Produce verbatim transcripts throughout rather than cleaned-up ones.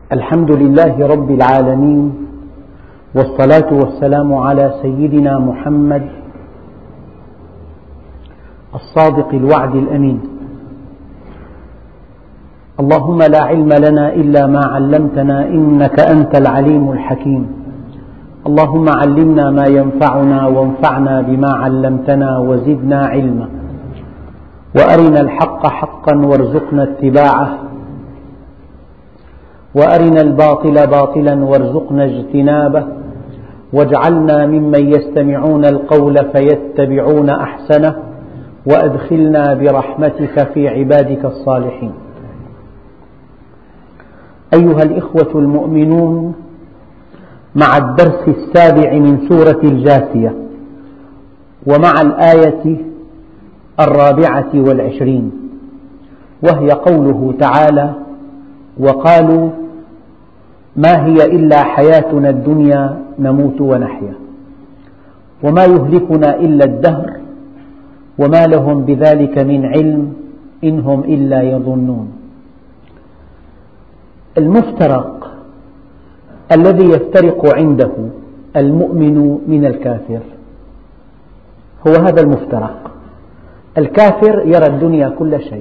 الحمد لله رب العالمين، والصلاة والسلام على سيدنا محمد الصادق الوعد الأمين. اللهم لا علم لنا إلا ما علمتنا إنك أنت العليم الحكيم. اللهم علمنا ما ينفعنا وانفعنا بما علمتنا وزدنا علما، وأرنا الحق حقا وارزقنا اتباعه، وأرنا الباطل باطلا وارزقنا اجتنابه، واجعلنا ممن يستمعون القول فيتبعون أحسنه، وأدخلنا برحمتك في عبادك الصالحين. أيها الإخوة المؤمنون، مع الدرس السابع من سورة الجاثية، ومع الآية الرابعة والعشرين، وهي قوله تعالى: وقالوا ما هي إلا حياتنا الدنيا نموت ونحيا وما يهلكنا إلا الدهر وما لهم بذلك من علم إن هم إلا يظنون. المفترق الذي يفترق عنده المؤمن من الكافر هو هذا المفترق. الكافر يرى الدنيا كل شيء،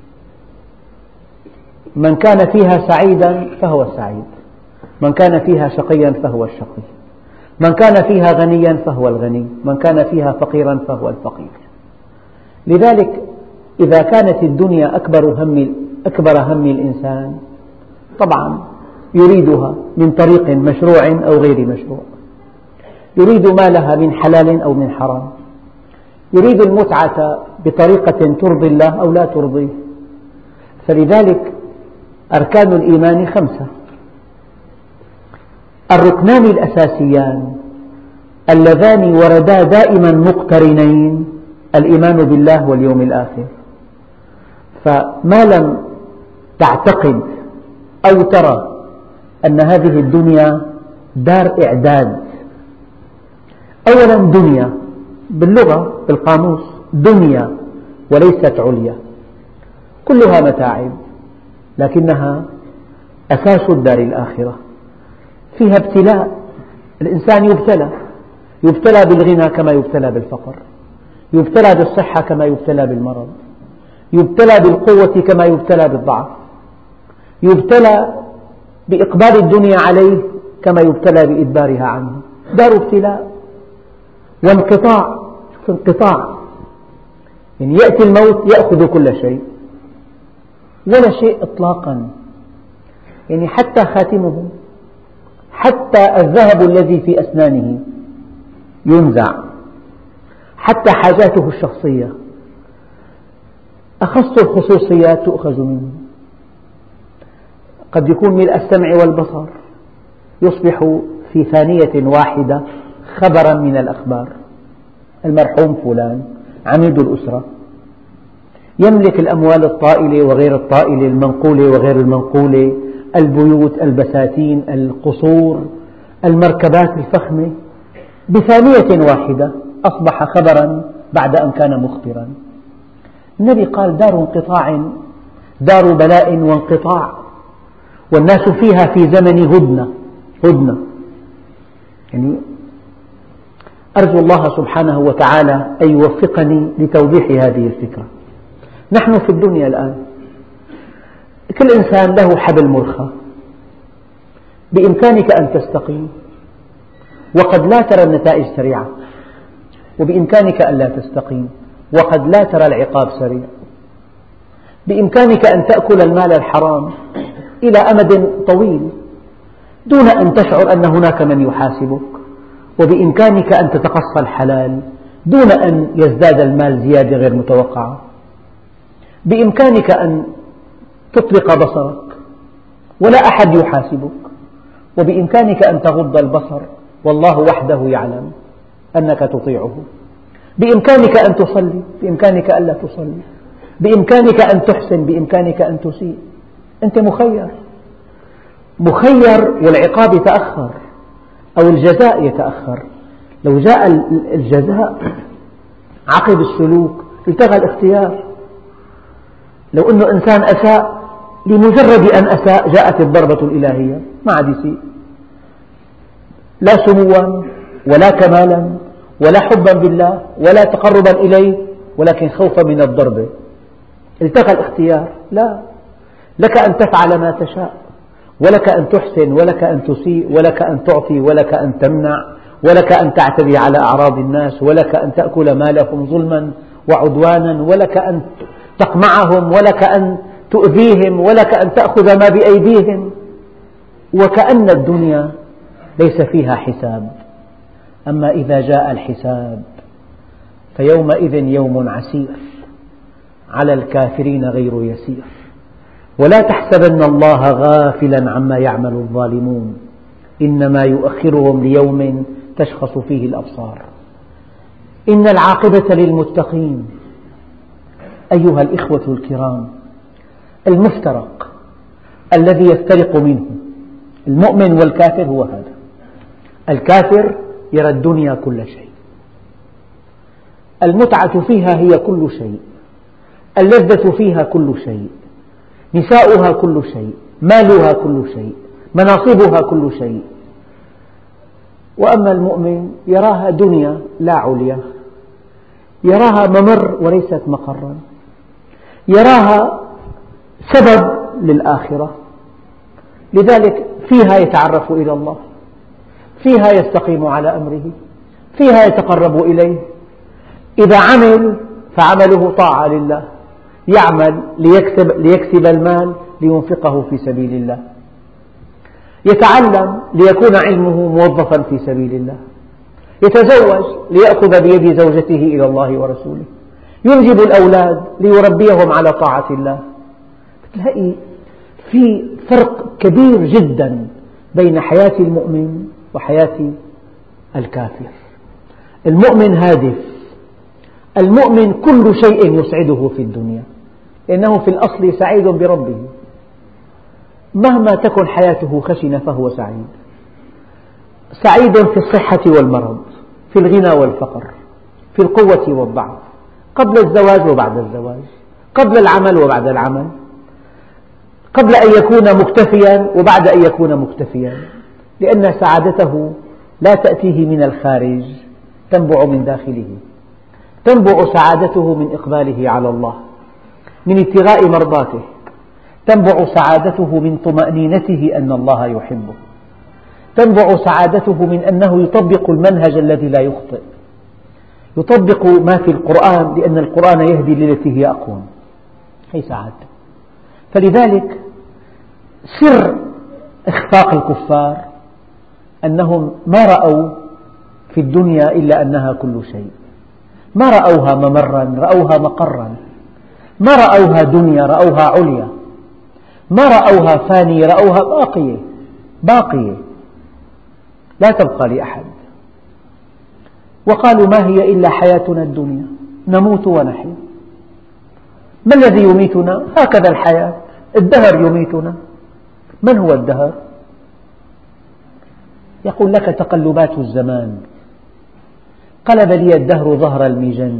من كان فيها سعيدا فهو سعيد، من كان فيها شقيا فهو الشقي، من كان فيها غنيا فهو الغني، من كان فيها فقيرا فهو الفقير. لذلك إذا كانت الدنيا أكبر هم, أكبر هم الإنسان، طبعا يريدها من طريق مشروع أو غير مشروع، يريد مالها من حلال أو من حرام، يريد المتعة بطريقة ترضي الله أو لا ترضيه. فلذلك أركان الإيمان خمسة. الركنان الأساسيان اللذان وردا دائما مقترنين: الإيمان بالله واليوم الآخر. فما لم تعتقد أو ترى أن هذه الدنيا دار إعداد، أولا دنيا باللغة بالقاموس دنيا وليست عليا، كلها متاعب، لكنها أساس الدار الآخرة. فيها ابتلاء، الإنسان يبتلى يبتلى بالغنى كما يبتلى بالفقر، يبتلى بالصحة كما يبتلى بالمرض، يبتلى بالقوة كما يبتلى بالضعف، يبتلى بإقبال الدنيا عليه كما يبتلى بإدبارها عنه. دار ابتلاء وانقطاع، انقطاع يعني يأتي الموت يأخذ كل شيء ولا شيء إطلاقا، يعني حتى خاتمه، حتى الذهب الذي في أسنانه ينزع، حتى حاجاته الشخصية أخص الخصوصيات تؤخذ منه. قد يكون ملء السمع والبصر، يصبح في ثانية واحدة خبرا من الأخبار. المرحوم فلان عميد الأسرة يملك الأموال الطائلة وغير الطائلة، المنقولة وغير المنقولة، البيوت، البساتين، القصور، المركبات الفخمة، بثانية واحدة أصبح خبرا بعد أن كان مخبرا. النبي قال: دار انقطاع، دار بلاء وانقطاع، والناس فيها في زمن هدنة. هدنة يعني أرجو الله سبحانه وتعالى أن يوفقني لتوضيح هذه الفكرة. نحن في الدنيا الآن كل إنسان له حبل مرخى، بإمكانك أن تستقيم وقد لا ترى النتائج سريعة، وبإمكانك أن لا تستقيم وقد لا ترى العقاب سريع. بإمكانك أن تأكل المال الحرام إلى أمد طويل دون أن تشعر أن هناك من يحاسبك، وبإمكانك أن تتقصى الحلال دون أن يزداد المال زيادة غير متوقعة. بإمكانك أن تطلق بصرك ولا أحد يحاسبك، وبإمكانك أن تغض البصر والله وحده يعلم أنك تطيعه. بإمكانك أن تصلي، بإمكانك ألا تصلي، بإمكانك أن تحسن، بإمكانك أن تسيء. أنت مخير، مخير، والعقاب يتأخر أو الجزاء يتأخر. لو جاء الجزاء عقب السلوك التغى الاختيار. لو أنه إنسان أساء لمجرد أن أساء جاءت الضربة الإلهية، ما عاد يسيء، لا سموا ولا كمالا ولا حبا بالله ولا تقربا إليه، ولكن خوفا من الضربة. التقى الاختيار، لا، لك أن تفعل ما تشاء، ولك أن تحسن ولك أن تسيء، ولك أن تعطي ولك أن تمنع، ولك أن تعتدي على أعراض الناس، ولك أن تأكل مالهم ظلما وعدوانا، ولك أن تقمعهم، ولك أن تؤذيهم، ولك أن تأخذ ما بأيديهم، وكأن الدنيا ليس فيها حساب. أما إذا جاء الحساب فيومئذ يوم عسير على الكافرين غير يسير. ولا تحسبن الله غافلا عما يعمل الظالمون، إنما يؤخرهم ليوم تشخص فيه الأبصار. إن العاقبة للمتقين. أيها الإخوة الكرام، المفترق الذي يفترق منه المؤمن والكافر هو هذا: الكافر يرى الدنيا كل شيء، المتعة فيها هي كل شيء، اللذة فيها كل شيء، نساؤها كل شيء، مالها كل شيء، مناصبها كل شيء. وأما المؤمن يراها دنيا لا عليا، يراها ممر وليست مقرا، يراها سبب للآخرة. لذلك فيها يتعرف إلى الله، فيها يستقيم على أمره، فيها يتقرب إليه. إذا عمل فعمله طاعة لله، يعمل ليكسب, ليكسب المال لينفقه في سبيل الله، يتعلم ليكون علمه موظفا في سبيل الله، يتزوج ليأخذ بيد زوجته إلى الله ورسوله، ينجب الأولاد ليربيهم على طاعة الله. تلاقي في فرق كبير جدا بين حياة المؤمن وحياة الكافر. المؤمن هادف، المؤمن كل شيء يسعده في الدنيا، لأنه في الأصل سعيد بربه، مهما تكن حياته خشنة فهو سعيد، سعيد في الصحة والمرض، في الغنى والفقر، في القوة والضعف، قبل الزواج وبعد الزواج، قبل العمل وبعد العمل، قبل أن يكون مكتفيا وبعد أن يكون مكتفيا، لأن سعادته لا تأتيه من الخارج، تنبع من داخله، تنبع سعادته من إقباله على الله، من ابتغاء مرضاته، تنبع سعادته من طمأنينته أن الله يحبه، تنبع سعادته من أنه يطبق المنهج الذي لا يخطئ، يطبق ما في القرآن، لأن القرآن يهدي للتي هي أقوم. هي سعادته. فلذلك سر إخفاق الكفار أنهم ما رأوا في الدنيا إلا أنها كل شيء، ما رأوها ممرا، رأوها مقرا، ما رأوها دنيا، رأوها عليا، ما رأوها فانية، رأوها باقية باقية لا تبقى لأحد. وقالوا ما هي إلا حياتنا الدنيا نموت ونحيا. ما الذي يميتنا؟ هكذا الحياة، الدهر يميتنا. من هو الدهر؟ يقول لك تقلبات الزمان، قلب لي الدهر ظهر المجن،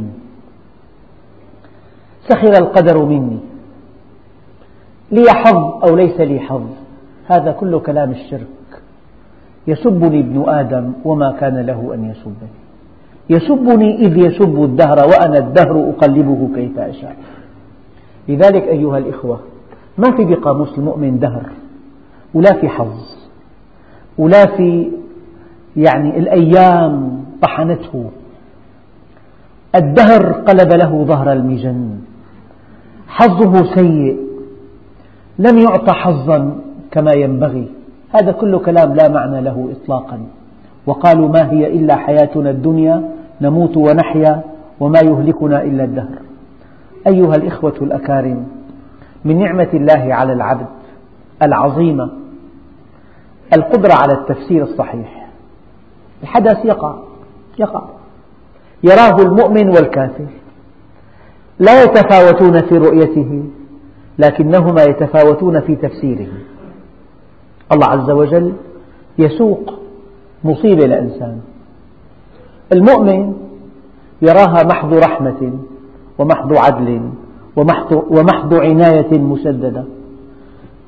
سخر القدر مني، لي حظ أو ليس لي حظ. هذا كله كلام الشرك. يسبني ابن آدم وما كان له أن يسبني، يسبني إذ يسب الدهر وأنا الدهر أقلبه كيف أشاء. لذلك أيها الإخوة، ما في بقاموس المؤمن دهر، ولا في حظ، ولا في يعني الأيام طحنته. الدهر قلب له ظهر المجن، حظه سيء، لم يعط حظا كما ينبغي. هذا كله كلام لا معنى له إطلاقا. وقالوا ما هي إلا حياتنا الدنيا نموت ونحيا وما يهلكنا إلا الدهر. أيها الإخوة الأكارم، من نعمة الله على العبد العظيمة القدرة على التفسير الصحيح. الحدث يقع يقع يراه المؤمن والكافر، لا يتفاوتون في رؤيته، لكنهما يتفاوتون في تفسيره. الله عز وجل يسوق مصيبة لإنسان، المؤمن يراها محض رحمة ومحض عدل ومحض عناية مسددة،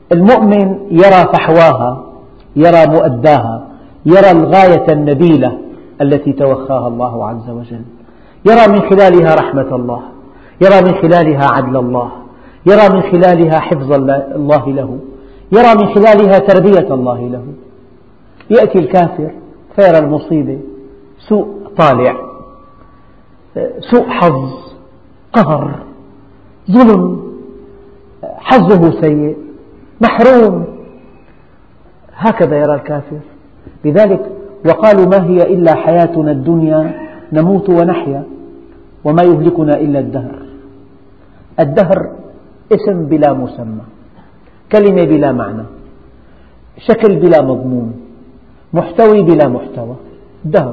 المؤمن يرى فحواها، يرى مؤداها، يرى الغاية النبيلة التي توخاها الله عز وجل، يرى من خلالها رحمة الله، يرى من خلالها عدل الله، يرى من خلالها حفظ الله له، يرى من خلالها تربية الله له. يأتي الكافر فيرى المصيبة، سوء طالع، سوء حظ، قهر، ظلم، حظه سيء، محروم، هكذا يرى الكافر. لذلك وقالوا ما هي إلا حياتنا الدنيا نموت ونحيا وما يهلكنا إلا الدهر. الدهر اسم بلا مسمى، كلمة بلا معنى، شكل بلا مضمون، محتوي بلا محتوى، الدهر.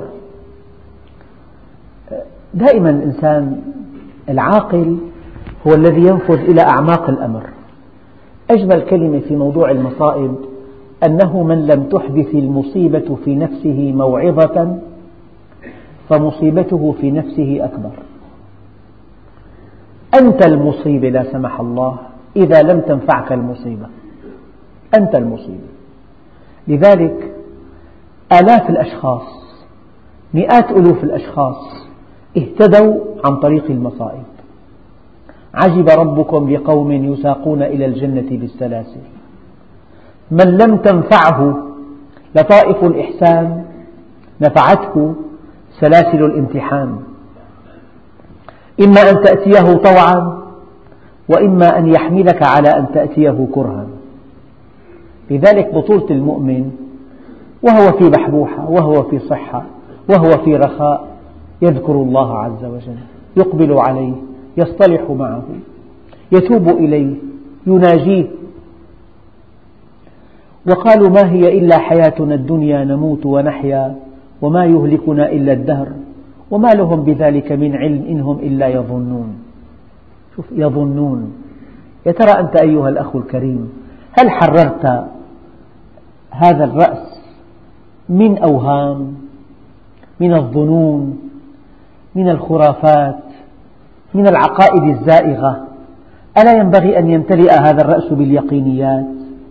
دائما الإنسان العاقل هو الذي ينفذ إلى أعماق الأمر. أجمل كلمة في موضوع المصائب أنه من لم تحدث المصيبة في نفسه موعظة فمصيبته في نفسه أكبر. أنت المصيبة لا سمح الله إذا لم تنفعك المصيبة، أنت المصيبة. لذلك آلاف الأشخاص، مئات ألوف الأشخاص اهتدوا عن طريق المصائب. عجب ربكم لقوم يساقون إلى الجنة بالسلاسل. من لم تنفعه لطائف الإحسان نفعته سلاسل الامتحان، إما أن تأتيه طوعا وإما أن يحملك على أن تأتيه كرها. لذلك بطولة المؤمن وهو في بحبوحة، وهو في صحة، وهو في رخاء، يذكر الله عز وجل، يقبل عليه، يصطلح معه، يتوب إليه، يناجيه. وقالوا ما هي إلا حياتنا الدنيا نموت ونحيا وما يهلكنا إلا الدهر وما لهم بذلك من علم إن هم إلا يظنون. شوف، يظنون. يا ترى أنت أيها الأخ الكريم هل حررت هذا الرأس من أوهام، من الظنون، من الخرافات، من العقائد الزائغة؟ ألا ينبغي أن يمتلئ هذا الرأس باليقينيات،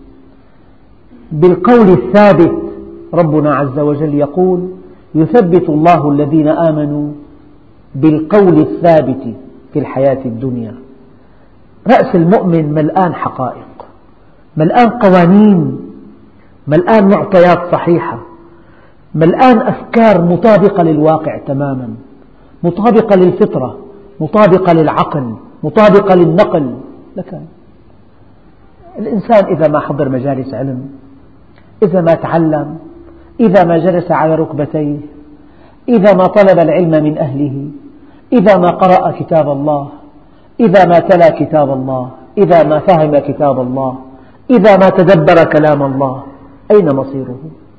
بالقول الثابت؟ ربنا عز وجل يقول يثبت الله الذين آمنوا بالقول الثابت في الحياة الدنيا. رأس المؤمن ملآن حقائق، ملآن قوانين، ملآن معطيات صحيحة، ملآن أفكار مطابقة للواقع تماما، مطابقة للفطرة، مطابقة للعقل، مطابقة للنقل. لك الإنسان إذا ما حضر مجالس علم، إذا ما تعلم، إذا ما جلس على ركبتيه، إذا ما طلب العلم من أهله، إذا ما قرأ كتاب الله، إذا ما تلا كتاب الله، إذا ما فهم كتاب الله، إذا ما تدبر كلام الله، أين مصيره؟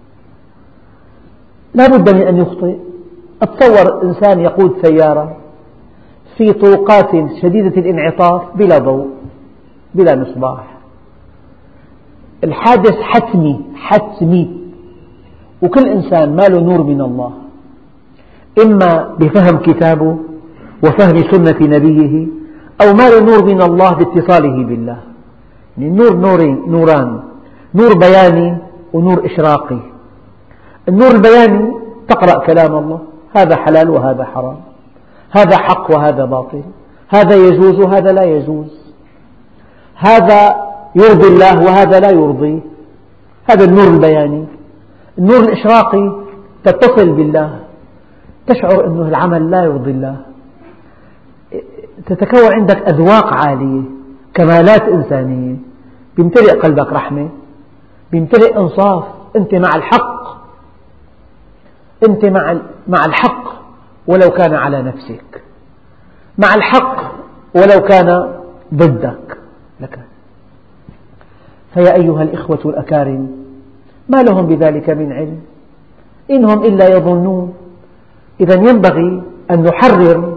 لا بد من أن يخطئ. أتصور إنسان يقود سيارة في طرقات شديدة الانعطاف بلا ضوء، بلا مصباح، الحادث حتمي حتمي. وكل إنسان ما له نور من الله، إما بفهم كتابه وفهم سنة نبيه، أو ما له نور من الله باتصاله بالله. يعني النور نورين، نوران، نور بياني ونور إشراقي. النور البياني تقرأ كلام الله، هذا حلال وهذا حرام، هذا حق وهذا باطل، هذا يجوز وهذا لا يجوز، هذا يرضي الله وهذا لا يرضيه، هذا النور البياني. النور الإشراقي تتصل بالله، تشعر أن العمل لا يرضي الله، تتكون عندك أذواق عالية، كمالات إنسانية، بيمتلئ قلبك رحمة، بيمتلئ إنصاف. أنت مع الحق، أنت مع الحق ولو كان على نفسك، مع الحق ولو كان ضدك لك. فيا أيها الإخوة الأكارم، ما لهم بذلك من علم، إنهم إلا يظنون. إذا ينبغي أن نحرر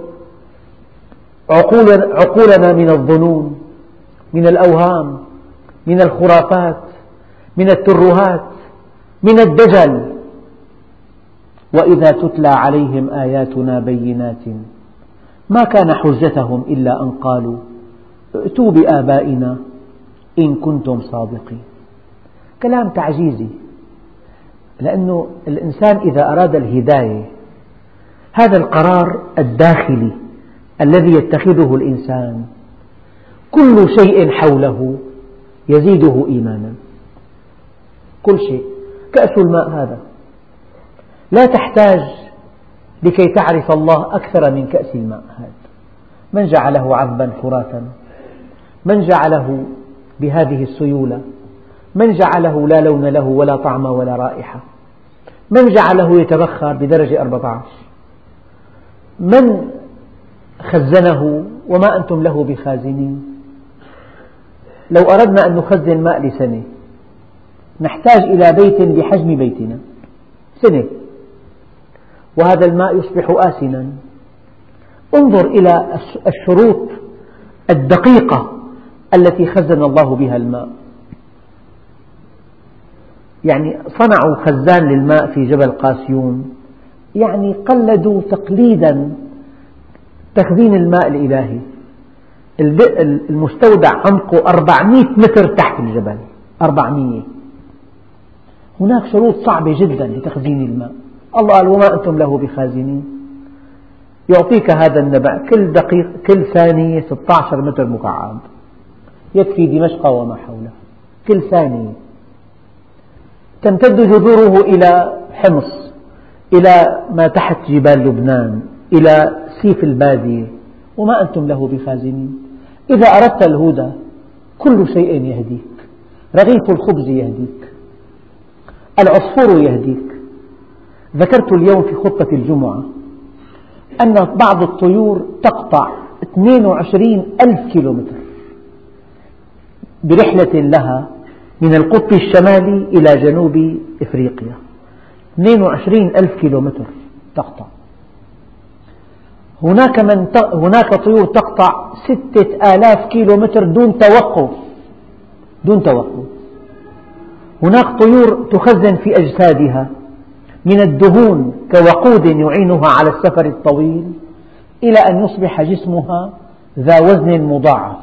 عقولنا من الظنون، من الأوهام، من الخرافات، من الترهات، من الدجل. وإذا تتلى عليهم آياتنا بينات ما كان حجتهم إلا أن قالوا ائتوا بآبائنا إن كنتم صادقين. كلام تعجيزي، لأن الإنسان إذا أراد الهداية هذا القرار الداخلي الذي يتخذه الإنسان كل شيء حوله يزيده إيمانا، كل شيء. كأس الماء هذا لا تحتاج لكي تعرف الله أكثر من كأس الماء هذا. من جعله عذبا فراتا، من جعله بهذه السيولة، من جعله لا لون له ولا طعم ولا رائحة، من جعله يتبخر بدرجة أربعة عشر، من خزنه وما أنتم له بخازنين. لو أردنا أن نخزن ماء لسنة نحتاج إلى بيت بحجم بيتنا سنة، وهذا الماء يصبح آسنا. انظر إلى الشروط الدقيقة التي خزن الله بها الماء. يعني صنعوا خزان للماء في جبل قاسيون، يعني قلدوا تقليدا تخزين الماء الإلهي. المستودع عمقه أربعمئة متر تحت الجبل، أربعمئة. هناك شروط صعبة جدا لتخزين الماء. الله قال وما أنتم له بخازنين. يعطيك هذا النبع كل دقيقة كل ثانية ستة عشر متر مكعب يكفي دمشق وما حولها كل ثانية. تمتد جذوره إلى حمص، إلى ما تحت جبال لبنان، إلى سيف البادية، وما أنتم له بخازنين. إذا أردت الهدى كل شيء يهديك، رغيف الخبز يهديك، العصفور يهديك. ذكرت اليوم في خطبة الجمعة أن بعض الطيور تقطع اثنين وعشرين ألف كيلومتر برحلة لها من القطب الشمالي إلى جنوب إفريقيا، اثنين وعشرين ألف كيلومتر تقطع. هناك, من ت... هناك طيور تقطع ستة آلاف كيلومتر دون توقف دون توقف. هناك طيور تخزن في أجسادها من الدهون كوقود يعينها على السفر الطويل إلى أن يصبح جسمها ذا وزن مضاعف.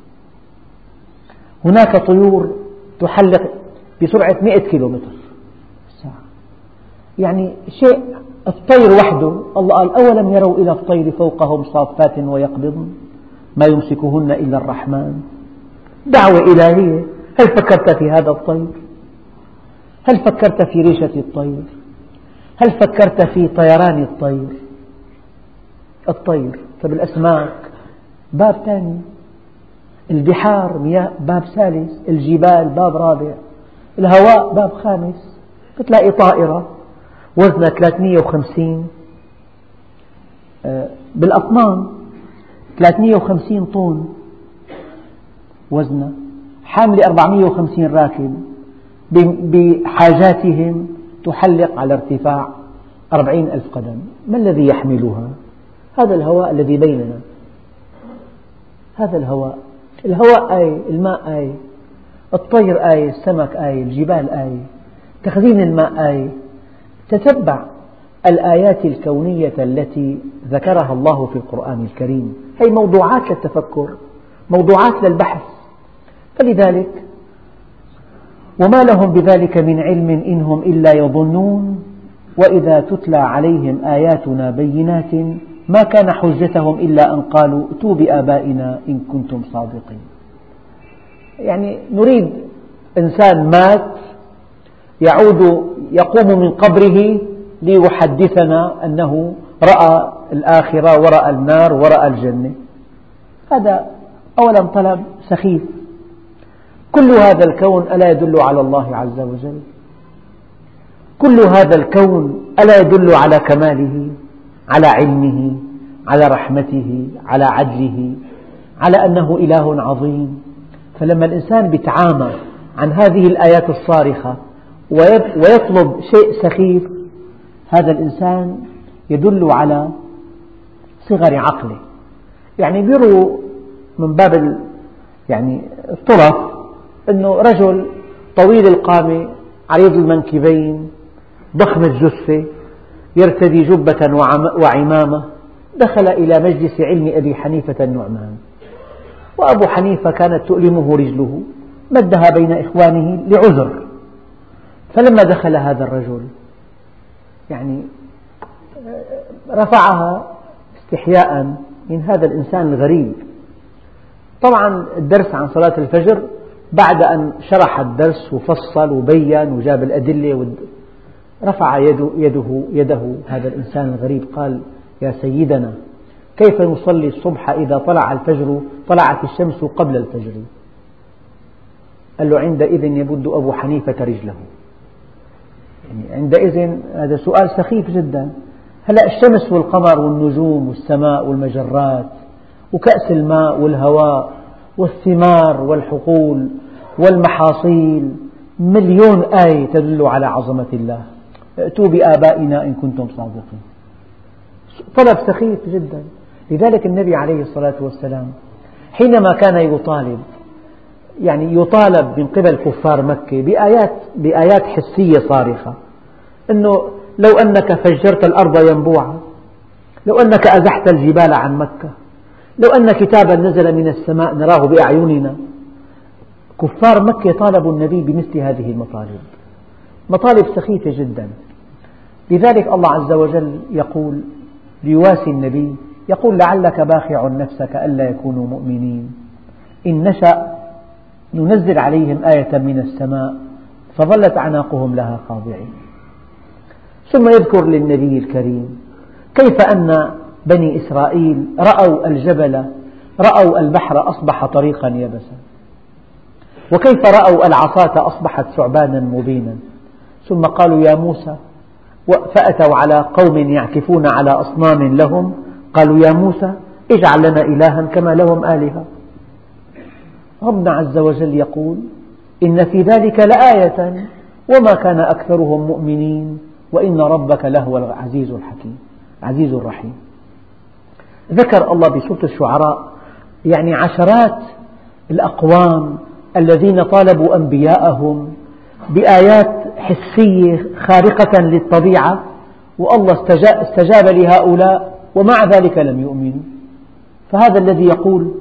هناك طيور تحلق بسرعة مئة كيلومتر بالساعة. يعني شيء. الطير وحده الله قال أولم يروا إلى الطير فوقهم صافات ويقبضن ما يمسكهن إلا الرحمن. دعوة إلهية. هل فكرت في هذا الطير؟ هل فكرت في ريشة الطير؟ هل فكرت في طيران الطير؟ الطير. طيب الأسماك باب ثاني، البحار مياه باب ثالث، الجبال باب رابع، الهواء باب خامس. بتلاقي طائرة وزنها ثلاثمئة وخمسين بالأطنان، ثلاثمئة وخمسين طن وزنها، حاملة أربعمئة وخمسين راكب، بحاجاتهم تحلق على ارتفاع أربعين ألف قدم. ما الذي يحملها؟ هذا الهواء الذي بيننا. هذا الهواء الهواء آية، الماء آية، الطير آية، السمك آية، الجبال آية، تخزين الماء آية. تتبع الآيات الكونية التي ذكرها الله في القرآن الكريم. هي موضوعات للتفكر، موضوعات للبحث. فلذلك وما لهم بذلك من علم إن هم إلا يظنون وإذا تتلى عليهم آياتنا بينات ما كان حجتهم إلا أن قالوا ائتوا بآبائنا إن كنتم صادقين. يعني نريد إنسان مات يعود يقوم من قبره ليحدثنا أنه رأى الآخرة ورأى النار ورأى الجنة. هذا أولا طلب سخيف. كل هذا الكون ألا يدل على الله عز وجل؟ كل هذا الكون ألا يدل على كماله، على علمه، على رحمته، على عدله، على أنه إله عظيم؟ فلما الإنسان يتعامى عن هذه الآيات الصارخة ويطلب شيء سخيف، هذا الإنسان يدل على صغر عقله. يعني بيروا من باب يعني الطرف أنه رجل طويل القامة عريض المنكبين ضخم الجثة يرتدي جبة وعمامة دخل إلى مجلس علم أبي حنيفة النعمان، وأبو حنيفة كانت تؤلمه رجله مدها بين إخوانه لعذر، فلما دخل هذا الرجل يعني رفعها استحياء من هذا الإنسان الغريب. طبعا الدرس عن صلاة الفجر بعد أن شرح الدرس وفصل وبين وجاب الأدلة، رفع يده, يده, يده هذا الإنسان الغريب قال: يا سيدنا، كيف نصلي الصبح إذا طلع الفجر طلعت الشمس قبل الفجر؟ قال له: عندئذ يمد أبو حنيفة رجله. يعني عندئذ هذا سؤال سخيف جدا. هلأ الشمس والقمر والنجوم والسماء والمجرات وكأس الماء والهواء والثمار والحقول والمحاصيل، مليون آية تدل على عظمة الله. ائتوا بآبائنا إن كنتم صادقين. طلب سخيف جدا. لذلك النبي عليه الصلاة والسلام حينما كان يطالب يعني يطالب من قبل كفار مكة بآيات بآيات حسية صارخة، أنه لو أنك فجرت الأرض ينبوعا، لو أنك أزحت الجبال عن مكة، لو أن كتابا نزل من السماء نراه بأعيننا. كفار مكة طالبوا النبي بمثل هذه المطالب، مطالب سخيفة جدا. لذلك الله عز وجل يقول ليواسي النبي، يقول: لعلك باخع نفسك ألا يكونوا مؤمنين إن نشأ ننزل عليهم آية من السماء فظلت أعناقهم لها خاضعين. ثم يذكر للنبي الكريم كيف أن بني إسرائيل رأوا الجبل، رأوا البحر أصبح طريقا يبسا، وكيف رأوا العصاة أصبحت ثعبانا مبينا، ثم قالوا يا موسى، فأتوا على قوم يعكفون على أصنام لهم، قالوا يا موسى اجعل لنا إلها كما لهم آلهة. ربنا عز وجل يقول: إن في ذلك لآية وما كان أكثرهم مؤمنين وإن ربك لهو العزيز الحكيم عزيز الرحيم. ذكر الله بسورة الشعراء يعني عشرات الأقوام الذين طالبوا أنبياءهم بآيات حسية خارقة للطبيعة، والله استجاب لهؤلاء ومع ذلك لم يؤمنوا. فهذا الذي يقول: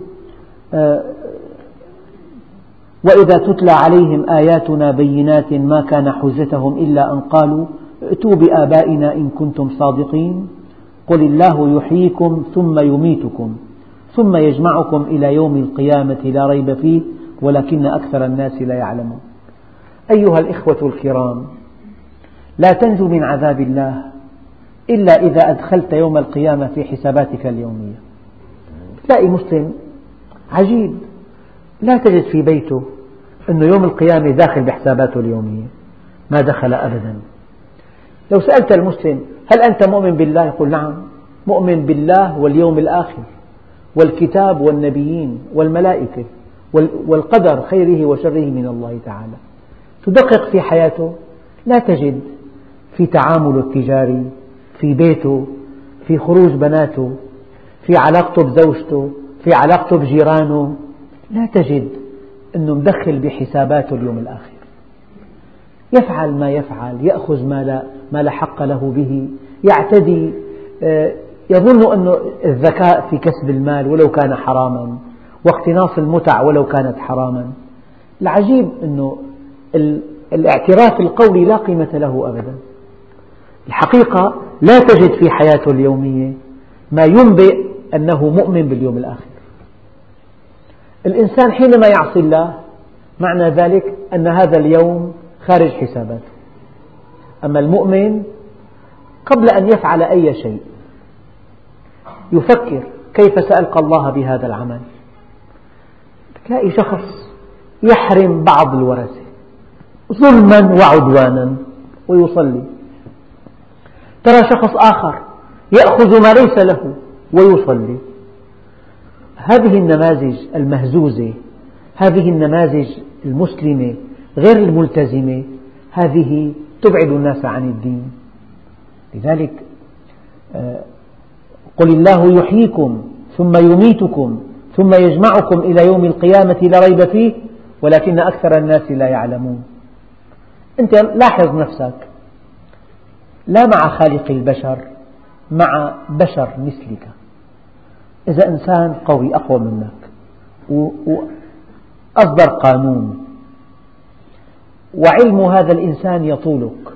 وإذا تتلى عليهم آياتنا بينات ما كان حجتهم إلا أن قالوا ائتوا بآبائنا إن كنتم صادقين قل الله يحييكم ثم يميتكم ثم يجمعكم إلى يوم القيامة لا ريب فيه ولكن أكثر الناس لا يعلمون. أيها الإخوة الكرام، لا تنجو من عذاب الله إلا إذا أدخلت يوم القيامة في حساباتك اليومية. تلاقي مسلم عجيب لا تجد في بيته أنه يوم القيامة داخل بحساباته اليومية، ما دخل أبدا. لو سألت المسلم هل أنت مؤمن بالله؟ يقول نعم، مؤمن بالله واليوم الآخر والكتاب والنبيين والملائكة والقدر خيره وشره من الله تعالى. تدقق في حياته لا تجد في تعامله التجاري، في بيته، في خروج بناته، في علاقته بزوجته، في علاقته بجيرانه، لا تجد أنه مدخل بحساباته اليوم الآخر. يفعل ما يفعل، يأخذ ما لا, ما لا حق له به، يعتدي، يظن أن الذكاء في كسب المال ولو كان حراما، واقتناص المتع ولو كانت حراما. العجيب أنه الاعتراف القولي لا قيمة له أبدا. الحقيقة لا تجد في حياته اليومية ما ينبئ أنه مؤمن باليوم الآخر. الإنسان حينما يعصي الله معنى ذلك أن هذا اليوم خارج حساباته. أما المؤمن قبل أن يفعل أي شيء يفكر كيف سألقى الله بهذا العمل. تلاقي شخص يحرم بعض الورثة ظلما وعدوانا ويصلي، ترى شخص آخر يأخذ ما ليس له ويصلي. هذه النماذج المهزوزة، هذه النماذج المسلمة غير الملتزمة، هذه تبعد الناس عن الدين. لذلك قل الله يحييكم ثم يميتكم ثم يجمعكم إلى يوم القيامة لا ريب فيه ولكن أكثر الناس لا يعلمون. أنت لاحظ نفسك لا مع خالق البشر، مع بشر مثلك. إذا إنسان قوي أقوى منك وأصدر قانون وعلم هذا الإنسان يطولك،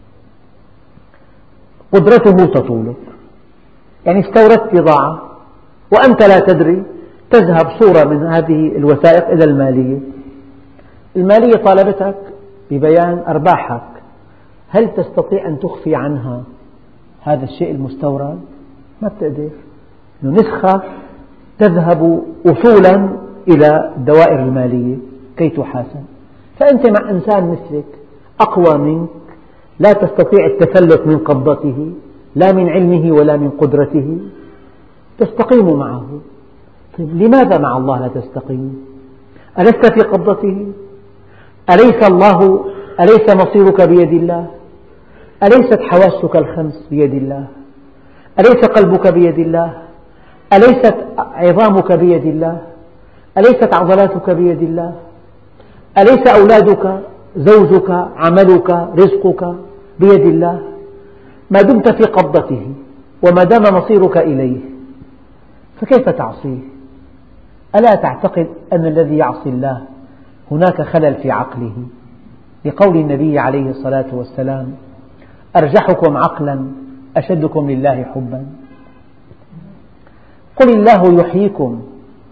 قدرته تطولك. يعني استوردت بضاعة وأنت لا تدري، تذهب صورة من هذه الوثائق إلى المالية، المالية طالبتك ببيان أرباحك، هل تستطيع أن تخفي عنها هذا الشيء المستورد؟ ما بتقدر، نسخة تذهب أصولا إلى الدوائر المالية كي تحاسب. فأنت مع إنسان مثلك أقوى منك، لا تستطيع التفلت من قبضته، لا من علمه ولا من قدرته، تستقيم معه. طيب لماذا مع الله لا تستقيم؟ ألست في قبضته؟ أليس الله أليس مصيرك بيد الله؟ أليست حواسك الخمس بيد الله؟ أليس قلبك بيد الله؟ أليست عظامك بيد الله؟ أليست عضلاتك بيد الله؟ أليس أولادك، زوجك، عملك، رزقك بيد الله؟ ما دمت في قبضته وما دام مصيرك إليه فكيف تعصيه؟ ألا تعتقد أن الذي يعصي الله هناك خلل في عقله؟ لقول النبي عليه الصلاة والسلام: أرجحكم عقلا أشدكم لله حبا. قل الله يحييكم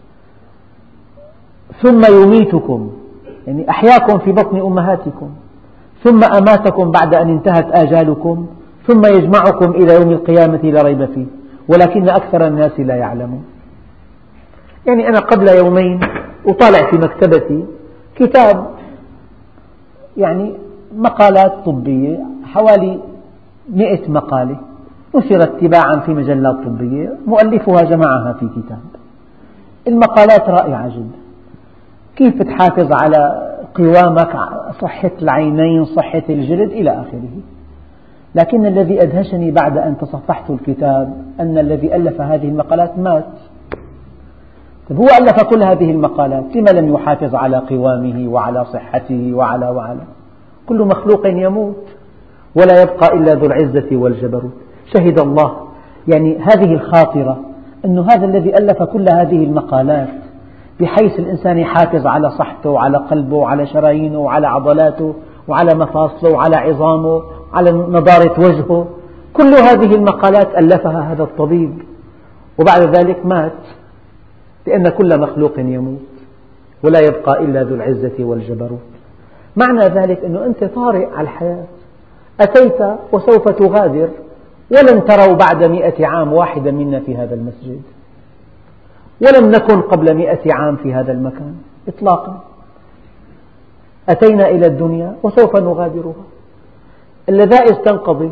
ثم يميتكم، يعني أحياكم في بطن أمهاتكم، ثم أماتكم بعد أن انتهت آجالكم، ثم يجمعكم إلى يوم القيامة لا ريب فيه ولكن أكثر الناس لا يعلمون. يعني أنا قبل يومين أطالع في مكتبتي كتاب يعني مقالات طبية، حوالي مئة مقالة نشرت تباعا في مجلات طبية، مؤلفها جمعها في كتاب. المقالات رائعة جدا، كيف تحافظ على قوامك، صحة العينين، صحة الجلد إلى آخره. لكن الذي أدهشني بعد أن تصفحت الكتاب أن الذي ألف هذه المقالات مات. هو ألف كل هذه المقالات، لما لم يحافظ على قوامه وعلى صحته وعلى وعلى؟ كل مخلوق يموت ولا يبقى إلا ذو العزة والجبروت. شهد الله، يعني هذه الخاطرة أن هذا الذي ألف كل هذه المقالات بحيث الإنسان يحافظ على صحته وعلى قلبه وعلى شرايينه وعلى عضلاته وعلى مفاصله وعلى عظامه وعلى نضارة وجهه، كل هذه المقالات ألفها هذا الطبيب وبعد ذلك مات، لأن كل مخلوق يموت ولا يبقى إلا ذو العزة والجبروت. معنى ذلك أنه أنت طارئ على الحياة، أتيت وسوف تغادر، ولن تروا بعد مئة عام واحدا منا في هذا المسجد، ولم نكن قبل مئة عام في هذا المكان إطلاقا. أتينا إلى الدنيا وسوف نغادرها. اللذائذ تنقضي،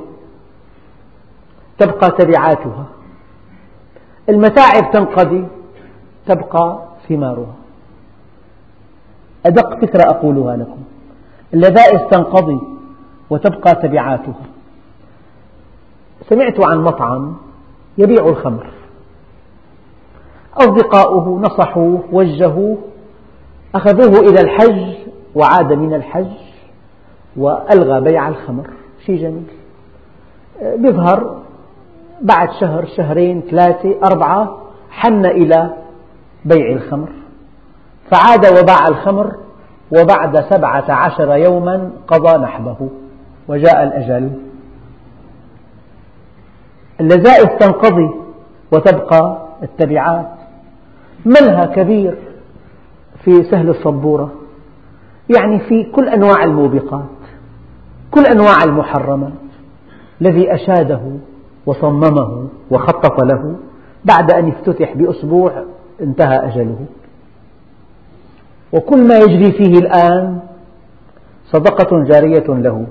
تبقى تبعاتها. المتاعب تنقضي، تبقى ثمارها. أدق فكرة أقولها لكم، اللذائذ تنقضي وتبقى تبعاتها. سمعت عن مطعم يبيع الخمر، أصدقاؤه نصحوه وجهوه، أخذوه إلى الحج وعاد من الحج وألغى بيع الخمر. شيء جميل. يظهر بعد شهر، شهرين، ثلاثة، أربعة حن إلى بيع الخمر، فعاد وباع الخمر، وبعد سبعة عشر يوما قضى نحبه وجاء الأجل. اللذائذ تنقضي وتبقى التبعات. ملهى كبير في سهل الصبورة، يعني في كل أنواع الموبقات، كل أنواع المحرمات. الذي أشاده وصممه وخطط له بعد أن افتتح بأسبوع انتهى أجله. وكل ما يجري فيه الآن صدقة جارية له،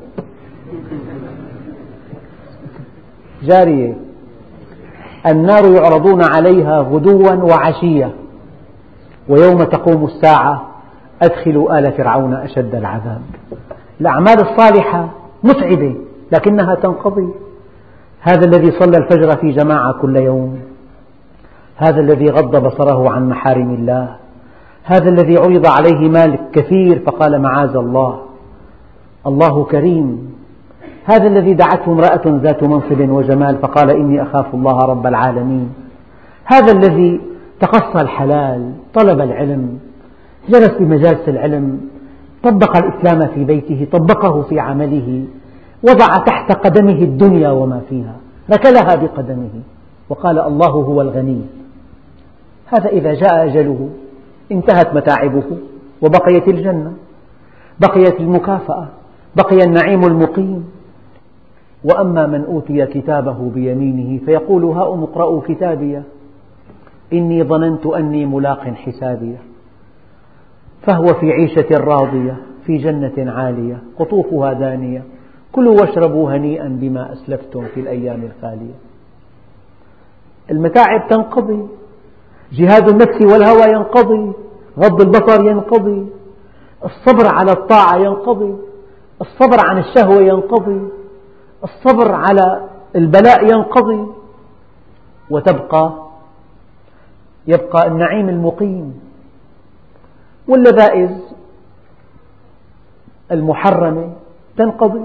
جارية. النار يعرضون عليها غدوا وعشيا ويوم تقوم الساعة أدخلوا آل فرعون أشد العذاب. الأعمال الصالحة متعبة لكنها تنقضي. هذا الذي صلى الفجر في جماعة كل يوم، هذا الذي غض بصره عن محارم الله، هذا الذي عرض عليه مال كثير فقال معاذ الله، الله كريم، هذا الذي دعته امرأة ذات منصب وجمال فقال إني أخاف الله رب العالمين، هذا الذي تقصى الحلال، طلب العلم، جلس بمجالس العلم، طبق الإسلام في بيته، طبقه في عمله، وضع تحت قدمه الدنيا وما فيها، ركلها بقدمه وقال الله هو الغني. هذا إذا جاء أجله انتهت متاعبه وبقيت الجنة، بقيت المكافأة، بقي النعيم المقيم. وأما من أوتي كتابه بيمينه فيقول هاؤم اقرءوا كتابيه إني ظننت أني ملاق حسابيه فهو في عيشة راضية في جنة عالية قطوفها دانية كلوا واشربوا هنيئا بما أسلفتم في الأيام الخالية. المتاعب تنقضي، جهاد النفس والهوى ينقضي، غض البصر ينقضي، الصبر على الطاعة ينقضي، الصبر عن الشهوة ينقضي، الصبر على البلاء ينقضي، وتبقى يبقى النعيم المقيم. واللذائذ المحرمة تنقضي،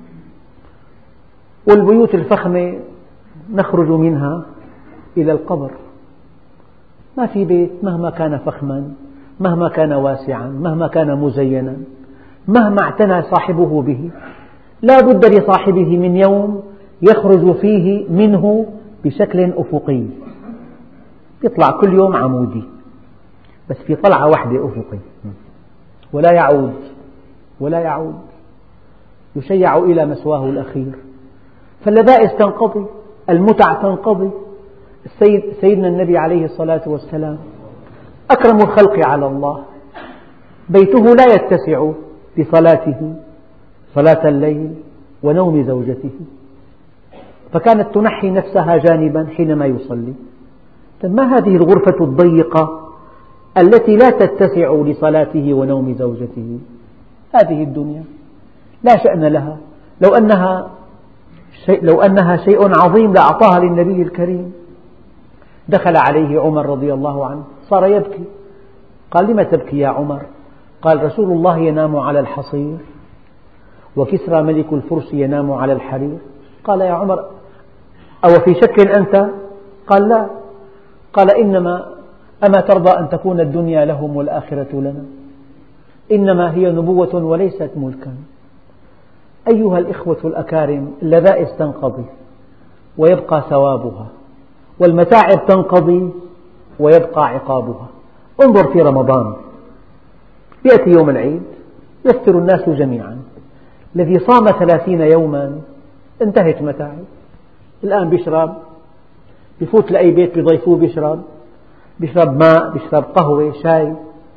والبيوت الفخمة نخرج منها إلى القبر. ما في بيت مهما كان فخما، مهما كان واسعا، مهما كان مزينا، مهما اعتنى صاحبه به، لا بد لصاحبه من يوم يخرج فيه منه بشكل أفقي، يطلع كل يوم عمودي، بس في طلعة واحدة أفقي، ولا يعود ولا يعود، يشيع إلى مثواه الأخير. فاللذائذ تنقضي، المتع تنقضي. السيد سيدنا النبي عليه الصلاة والسلام أكرم الخلق على الله، بيته لا يتسع بصلاته صلاة الليل ونوم زوجته، فكانت تنحي نفسها جانبا حينما يصلي. ما هذه الغرفة الضيقة التي لا تتسع لصلاته ونوم زوجته؟ هذه الدنيا لا شأن لها، لو أنها شيء, لو أنها شيء عظيم لأعطاها للنبي الكريم. دخل عليه عمر رضي الله عنه صار يبكي، قال لم تبكي يا عمر؟ قال رسول الله ينام على الحصير وكسرى ملك الفرس ينام على الحرير. قال يا عمر أو في شك أنت؟ قال لا. قال إنما أما ترضى أن تكون الدنيا لهم والآخرة لنا؟ إنما هي نبوة وليست ملكا. أيها الإخوة الأكارم، اللذائذ تنقضي ويبقى ثوابها، والمتاعب تنقضي ويبقى عقابها. انظر في رمضان، يأتي يوم العيد يفطر الناس جميعا، الذي صام ثلاثين يوما انتهت متاعب. الآن بيشرب، بيفوت لأي بيت بيضيفوه بيشرب، بيشرب ماء، بيشرب قهوة، شاي.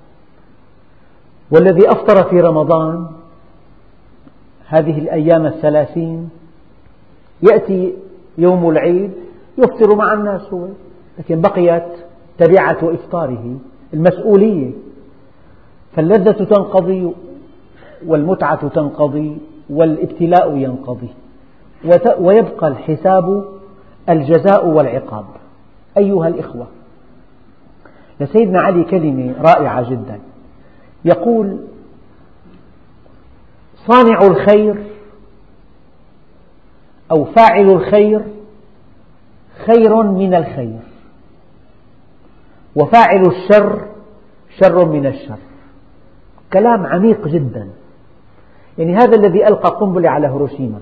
والذي أفطر في رمضان هذه الأيام الثلاثين يأتي يوم العيد يفطر مع الناس هو، لكن بقيت تبعة إفطاره المسؤولية. فاللذة تنقضي والمتعة تنقضي والابتلاء ينقضي، ويبقى الحساب الجزاء والعقاب. أيها الإخوة، لسيدنا علي كلمة رائعة جدا، يقول صانع الخير أو فاعل الخير خير من الخير، وفاعل الشر شر من الشر. كلام عميق جدا. يعني هذا الذي ألقى قنبلة على هيروشيما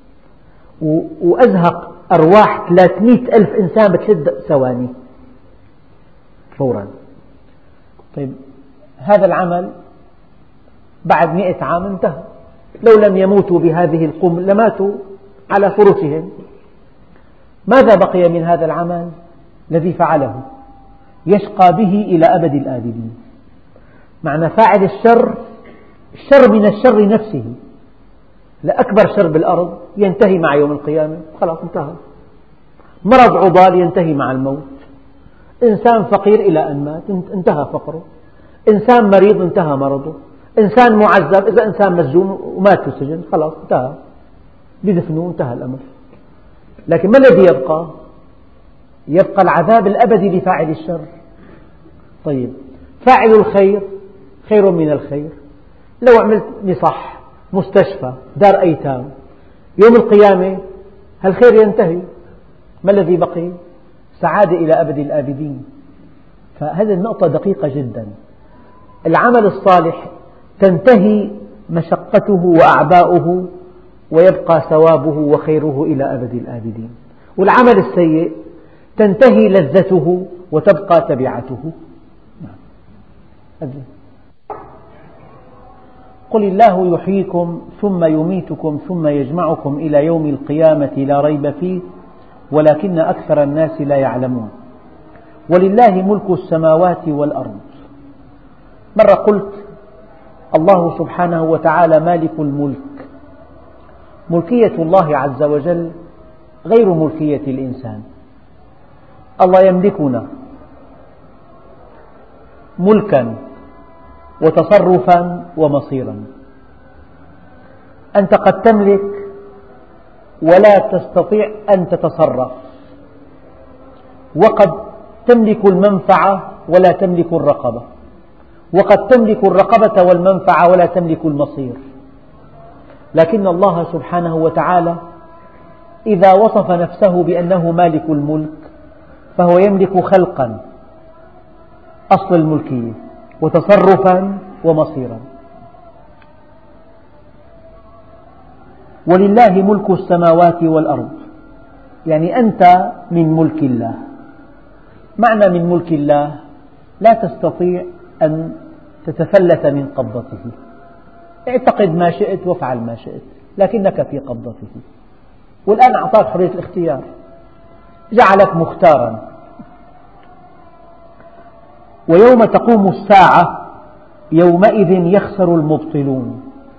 وأزهق أرواح ثلاثمئة ألف إنسان بثلاث ثواني فورا. طيب هذا العمل بعد مئة عام انتهى، لو لم يموتوا بهذه القنبلة لماتوا على فرشهم. ماذا بقي من هذا العمل الذي فعله؟ يشقى به إلى أبد الآبدين. معنى فاعل الشر الشر من الشر نفسه، لأكبر شر بالأرض ينتهي مع يوم القيامة، خلاص انتهى. مرض عضال ينتهي مع الموت، إنسان فقير إلى أن مات انتهى فقره، إنسان مريض انتهى مرضه، إنسان معذب إذا إنسان مسجون ومات في السجن خلاص انتهى، بدفنوه انتهى الأمر. لكن ما الذي يبقى؟ يبقى العذاب الأبدي لفاعل الشر. طيب فاعل الخير خير من الخير. لو عملت مصح، مستشفى، دار أيتام، يوم القيامة هالخير ينتهي، ما الذي بقي؟ سعادة إلى أبد الآبدين. فهذه النقطة دقيقة جدا. العمل الصالح تنتهي مشقته وأعباؤه ويبقى ثوابه وخيره إلى أبد الآبدين. والعمل السيء تنتهي لذته وتبقى تبعته. قل الله يحييكم ثم يميتكم ثم يجمعكم إلى يوم القيامة لا ريب فيه ولكن أكثر الناس لا يعلمون. ولله ملك السماوات والأرض. مرة قلت الله سبحانه وتعالى مالك الملك، ملكية الله عز وجل غير ملكية الإنسان. الله يملكنا ملكا وتصرفا ومصيرا. أنت قد تملك ولا تستطيع أن تتصرف، وقد تملك المنفعة ولا تملك الرقبة، وقد تملك الرقبة والمنفعة ولا تملك المصير. لكن الله سبحانه وتعالى إذا وصف نفسه بأنه مالك الملك فهو يملك خلقا أصل الملكية وتصرفا ومصيرا. ولله ملك السماوات والأرض، يعني أنت من ملك الله. معنى من ملك الله لا تستطيع أن تتفلت من قبضته. اعتقد ما شئت وافعل ما شئت لكنك في قبضته. والآن أعطاك حرية الاختيار، جعلك مختارا. ويوم تقوم الساعة يومئذ يخسر المبطلون.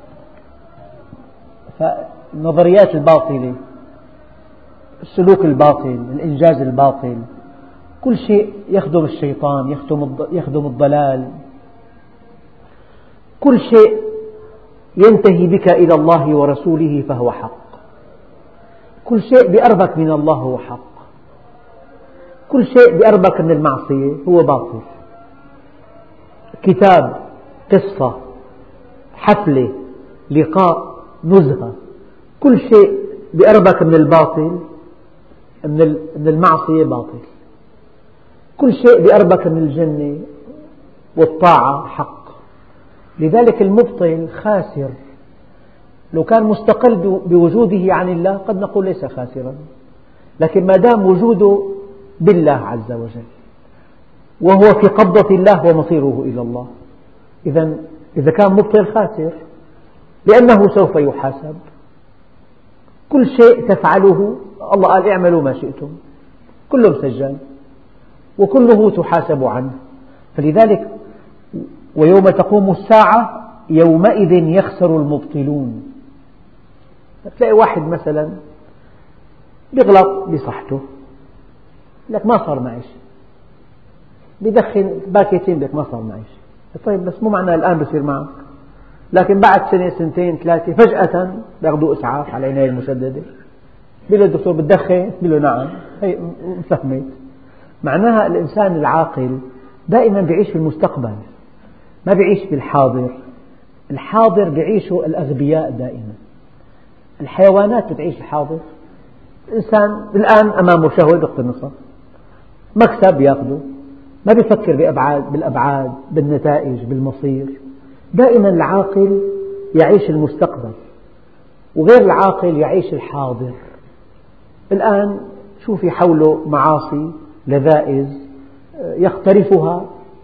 فالنظريات الباطلة، السلوك الباطل، الإنجاز الباطل، كل شيء يخدم الشيطان، يخدم الضلال، كل شيء ينتهي بك إلى الله ورسوله فهو حق. كل شيء بيقربك من الله هو حق. كل شيء بيقربك من المعصية هو باطل. كتاب، قصة، حفلة، لقاء، نزهة، كل شيء بيقربك من الباطل من المعصية باطل. كل شيء بيقربك من الجنة والطاعة حق. لذلك المبطل خاسر. لو كان مستقل بوجوده عن الله قد نقول ليس خاسرا، لكن ما دام وجوده بالله عز وجل وهو في قبضة الله ومصيره إلى الله، إذن إذا كان مبطل خاسر لأنه سوف يحاسب. كل شيء تفعله الله قال اعملوا ما شئتم، كله مسجل وكله تحاسب عنه. فلذلك ويوم تقوم الساعة يومئذ يخسر المبطلون. تلاقي واحد مثلا بيغلط بصحته، لك ما صار معي شيء، بدخن باكيتين لك ما صار معي شيء. طيب بس مو معناه الآن بصير معك، لكن بعد سنة سنتين ثلاثة فجأة بياخذوا إسعاف على العناية المشددة. بيقول له الدكتور بتدخن؟ بيقول له نعم. هي فهمت. معناها الإنسان العاقل دائما بيعيش في المستقبل، ما بيعيش في الحاضر. الحاضر بيعيشه الأغبياء دائما. الحيوانات بتعيش الحاضر. الإنسان الآن أمامه شهوة بيقتنصها، مكسب يأخذه، ما بيفكر بأبعاد بالأبعاد بالنتائج بالمصير. دائما العاقل يعيش المستقبل وغير العاقل يعيش الحاضر. الآن شوفي حوله معاصي لذائذ يقترفها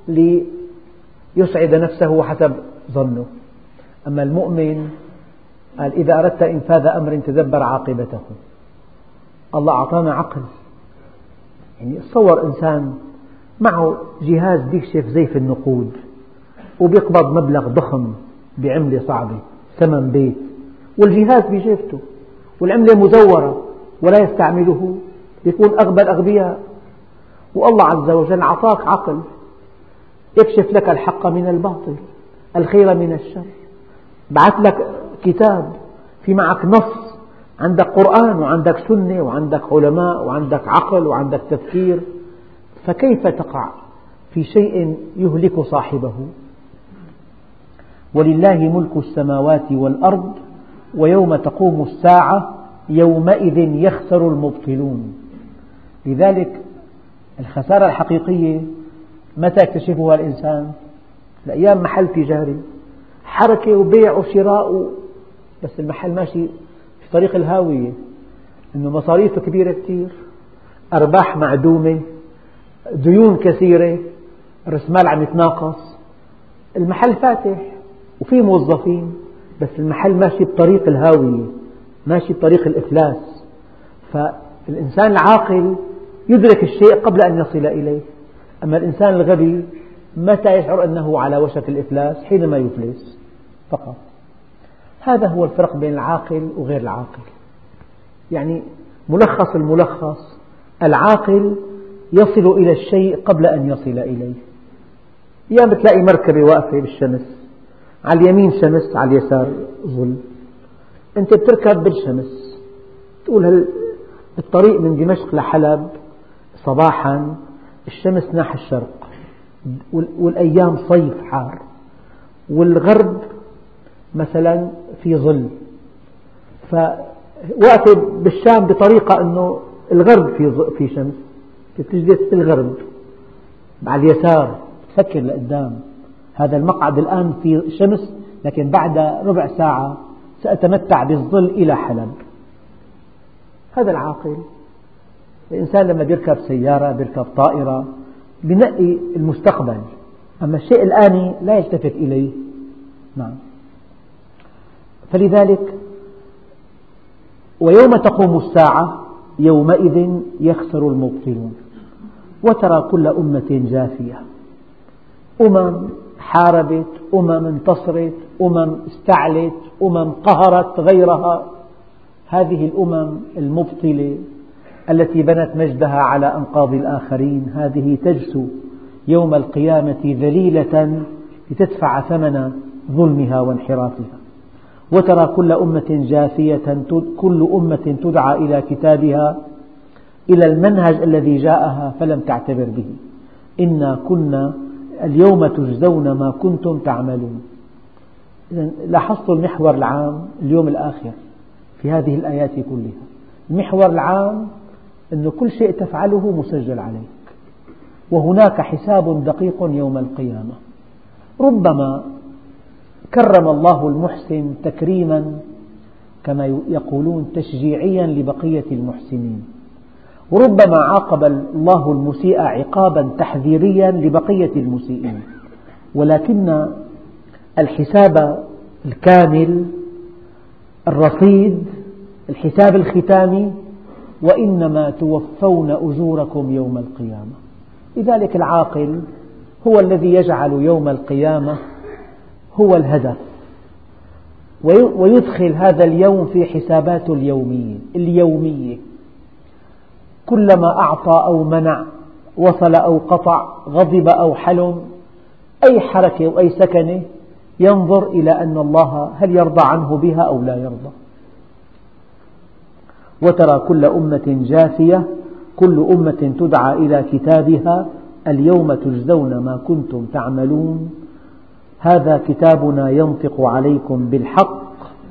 ليسعد نفسه حسب ظنه. أما المؤمن قال إذا أردت إنفاذ أمر تدبر عاقبته. الله أعطانا عقل. يعني تصور إنسان معه جهاز بيكشف زيف النقود وبيقبض مبلغ ضخم بعملة صعبة ثمن بيت، والجهاز بجيبته والعملة مزورة ولا يستعمله، يكون أغبى الأغبياء. والله عز وجل أعطاك عقل يكشف لك الحق من الباطل، الخير من الشر. بعث لك كتاب في معك نص، عندك قرآن وعندك سنة وعندك علماء وعندك عقل وعندك تفكير، فكيف تقع في شيء يهلك صاحبه؟ ولله ملك السماوات والأرض ويوم تقوم الساعة يومئذ يخسر المبطلون. لذلك الخسارة الحقيقية متى يكتشفها الإنسان؟ لأيام محل تجاري حركة وبيع وشراء، بس المحل ماشي في طريق الهاوية، إنه مصاريفه كبيرة كثير، أرباح معدومة، ديون كثيرة، رأس مال عم يتناقص. المحل فاتح وفيه موظفين، بس المحل ماشي بطريق الهاوية، ماشي بطريق الإفلاس. فالإنسان العاقل يدرك الشيء قبل أن يصل إليه، أما الإنسان الغبي متى يشعر أنه على وشك الإفلاس؟ حينما يفلس فقط. هذا هو الفرق بين العاقل وغير العاقل. يعني ملخص الملخص: العاقل يصل إلى الشيء قبل أن يصل إليه. أيام بتلاقي مركبة واقفة بالشمس، على اليمين شمس على اليسار ظل، أنت بتركب بالشمس، تقول الطريق من دمشق لحلب صباحا الشمس ناحية الشرق، والأيام صيف حار، والغرب مثلا في ظل، فوقت بالشام بطريقة أنه الغرب في في شمس، تجلس في الغرب على اليسار تفكر لقدام، هذا المقعد الآن في شمس، لكن بعد ربع ساعة سأتمتع بالظل إلى حلب. هذا العاقل. الإنسان لما يركب سيارة، يركب طائرة، بنقي المستقبل، أما الشيء الآني لا يلتفت إليه. نعم. فلذلك ويوم تقوم الساعة يومئذ يخسر المبطلون وترى كل أمة جاثية. أمم حاربت، أمم انتصرت، أمم استعلت، أمم قهرت غيرها. هذه الأمم المبطلة التي بنت مجدها على أنقاض الآخرين، هذه تجثو يوم القيامة ذليلة لتدفع ثمن ظلمها وانحرافها. وترى كل أمة جاثية، كل أمة تدعى إلى كتابها، إلى المنهج الذي جاءها فلم تعتبر به. إنا كنا اليوم تجزون ما كنتم تعملون. لاحظت المحور العام اليوم الآخر في هذه الآيات كلها. المحور العام أن كل شيء تفعله مسجل عليك، وهناك حساب دقيق يوم القيامة. ربما كرم الله المحسن تكريما كما يقولون تشجيعيا لبقية المحسنين، وربما عاقب الله المسيء عقابا تحذيريا لبقية المسيئين، ولكن الحساب الكامل الرصيد الحساب الختامي: وإنما توفون أجوركم يوم القيامة. لذلك العاقل هو الذي يجعل يوم القيامة هو الهدف، ويدخل هذا اليوم في حساباته اليومية اليومية كلما أعطى أو منع، وصل أو قطع، غضب أو حلم، أي حركة وأي سكنة ينظر إلى أن الله هل يرضى عنه بها أو لا يرضى. وترى كل أمة جاثية، كل أمة تدعى إلى كتابها اليوم تجزون ما كنتم تعملون، هذا كتابنا ينطق عليكم بالحق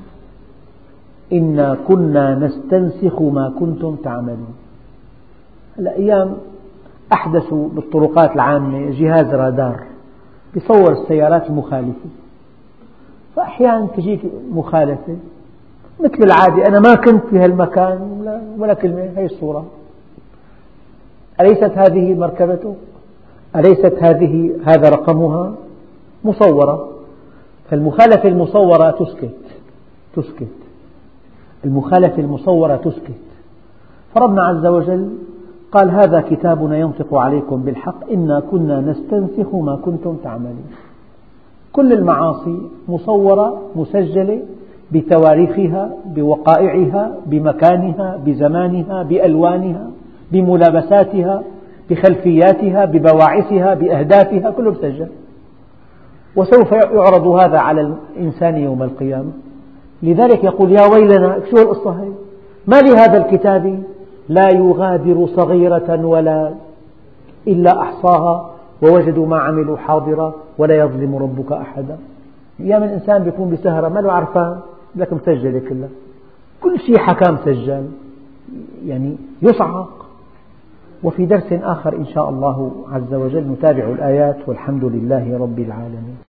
إنا كنا نستنسخ ما كنتم تعملون. الأيام أحدثوا بالطرقات العامة جهاز رادار يصور السيارات المخالفة، فأحيانا تجيك مخالفة مثل العادة، أنا ما كنت في هالمكان ولا كلمة، هي الصورة. أليست هذه مركبته؟ أليست هذه هذا رقمها؟ مصورة. فالمخالفة المصورة تسكت تسكت المخالفة المصورة تسكت. فربنا عز وجل قال هذا كتابنا ينطق عليكم بالحق إنا كنا نستنسخ ما كنتم تعملون. كل المعاصي مصورة مسجلة بتواريخها، بوقائعها، بمكانها، بزمانها، بألوانها، بملابساتها، بخلفياتها، ببواعثها، بأهدافها، كله مسجل. وسوف يعرض هذا على الإنسان يوم القيامة. لذلك يقول يا ويلنا، شو القصة هي؟ ما لهذا الكتاب لا يغادر صغيرة ولا إلا أحصاها ووجدوا ما عملوا حاضرا ولا يظلم ربك أحدا. أيام الإنسان بيكون بسهرة ما له عرفان، لكن مسجلة كلها، كل شيء حكى مسجل، يعني يصعق. وفي درس آخر إن شاء الله عز وجل نتابع الآيات، والحمد لله رب العالمين.